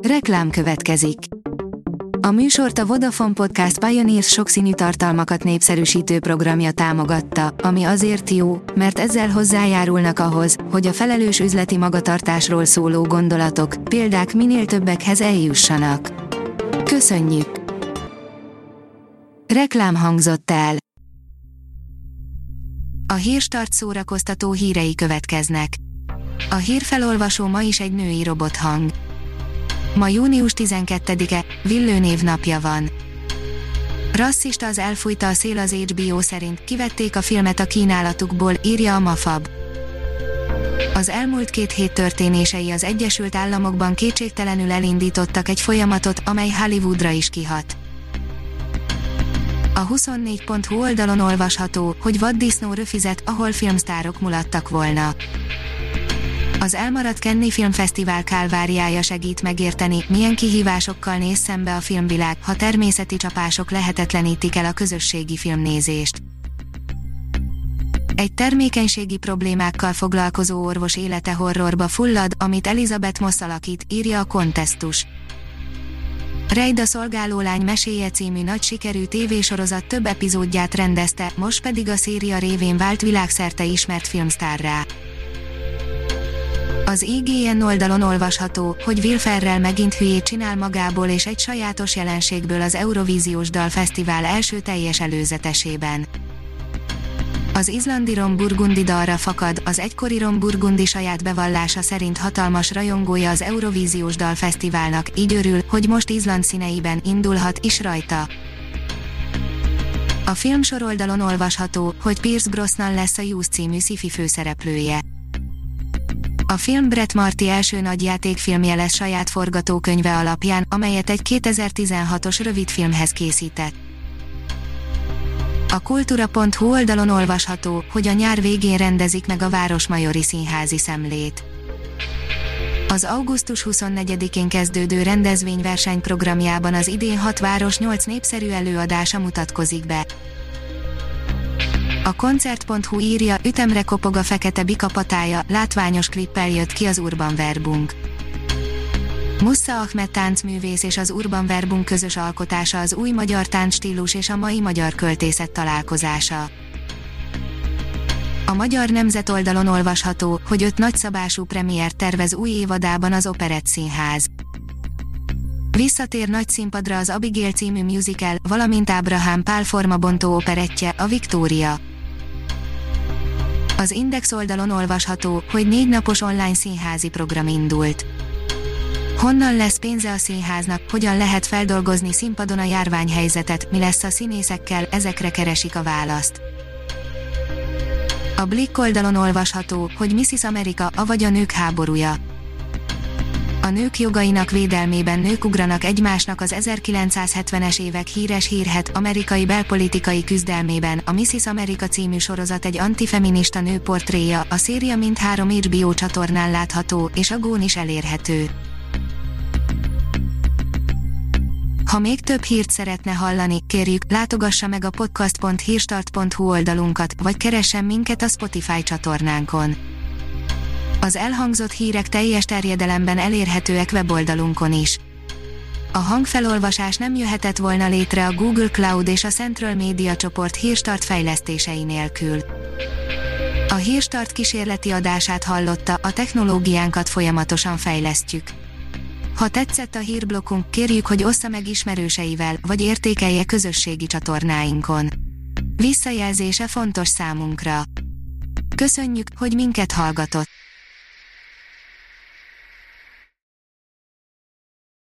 Reklám következik. A műsort a Vodafone Podcast Pioneers sokszínű tartalmakat népszerűsítő programja támogatta, ami azért jó, mert ezzel hozzájárulnak ahhoz, hogy a felelős üzleti magatartásról szóló gondolatok, példák minél többekhez eljussanak. Köszönjük! Reklám hangzott el. A Hírstart szórakoztató hírei következnek. A hírfelolvasó ma is egy női robothang. Ma június 12-e, Villő névnapja van. Rasszista az elfújta a szél az HBO szerint, kivették a filmet a kínálatukból, írja a Mafab. Az elmúlt 2 hét történései az Egyesült Államokban kétségtelenül elindítottak egy folyamatot, amely Hollywoodra is kihat. A 24.hu oldalon olvasható, hogy vaddisznó röfizet, ahol filmsztárok mulattak volna. Az elmaradt Cannes-i Filmfesztivál kálváriája segít megérteni, milyen kihívásokkal néz szembe a filmvilág, ha természeti csapások lehetetlenítik el a közösségi filmnézést. Egy termékenységi problémákkal foglalkozó orvos élete horrorba fullad, amit Elizabeth Moss alakít, írja a Kontesztus. Reid a szolgálólány meséje című nagy sikerű tévésorozat több epizódját rendezte, most pedig a széria révén vált világszerte ismert filmsztárrá. Az IGN oldalon olvasható, hogy Will Ferrell megint hülyét csinál magából és egy sajátos jelenségből az Eurovíziós Dalfesztivál első teljes előzetesében. Az izlandi Ron Burgundy dalra fakad, az egykori Ron Burgundy saját bevallása szerint hatalmas rajongója az Eurovíziós Dalfesztiválnak, így örül, hogy most Izland színeiben indulhat is rajta. A Filmsor oldalon olvasható, hogy Pierce Brosnan lesz a Youth című sci-fi főszereplője. A film Brett Marti első nagyjátékfilmje lesz saját forgatókönyve alapján, amelyet egy 2016-os rövidfilmhez készített. A kultúra.hu oldalon olvasható, hogy a nyár végén rendezik meg a Városmajori Színházi Szemlét. Az augusztus 24-én kezdődő rendezvényverseny programjában az idén 6 város 8 népszerű előadása mutatkozik be. A koncert.hu írja, ütemre kopog a Fekete Bika patája, látványos klippel jött ki az Urban Verbunk. Mussa Ahmed táncművész és az Urban Verbunk közös alkotása az új magyar táncstílus és a mai magyar költészet találkozása. A Magyar Nemzet oldalon olvasható, hogy 5 nagyszabású premiért tervez új évadában az Operett Színház. Visszatér nagy színpadra az Abigail című musical, valamint Ábrahám Pál formabontó operettje, a Viktória. Az Index oldalon olvasható, hogy 4 napos online színházi program indult. Honnan lesz pénze a színháznak, hogyan lehet feldolgozni színpadon a járványhelyzetet, mi lesz a színészekkel, ezekre keresik a választ. A Blick oldalon olvasható, hogy Mrs. America, avagy a nők háborúja. A nők jogainak védelmében nők ugranak egymásnak az 1970-es évek híres hírhedt amerikai belpolitikai küzdelmében. A Mrs. America című sorozat egy antifeminista nő portréja, a széria mindhárom HBO csatornán látható, és a Gón is elérhető. Ha még több hírt szeretne hallani, kérjük, látogassa meg a podcast.hírstart.hu oldalunkat, vagy keressen minket a Spotify csatornánkon. Az elhangzott hírek teljes terjedelemben elérhetőek weboldalunkon is. A hangfelolvasás nem jöhetett volna létre a Google Cloud és a Central Media csoport Hírstart fejlesztései nélkül. A Hírstart kísérleti adását hallotta, a technológiánkat folyamatosan fejlesztjük. Ha tetszett a hírblokkunk, kérjük, hogy ossza meg ismerőseivel, vagy értékelje közösségi csatornáinkon. Visszajelzése fontos számunkra. Köszönjük, hogy minket hallgatott!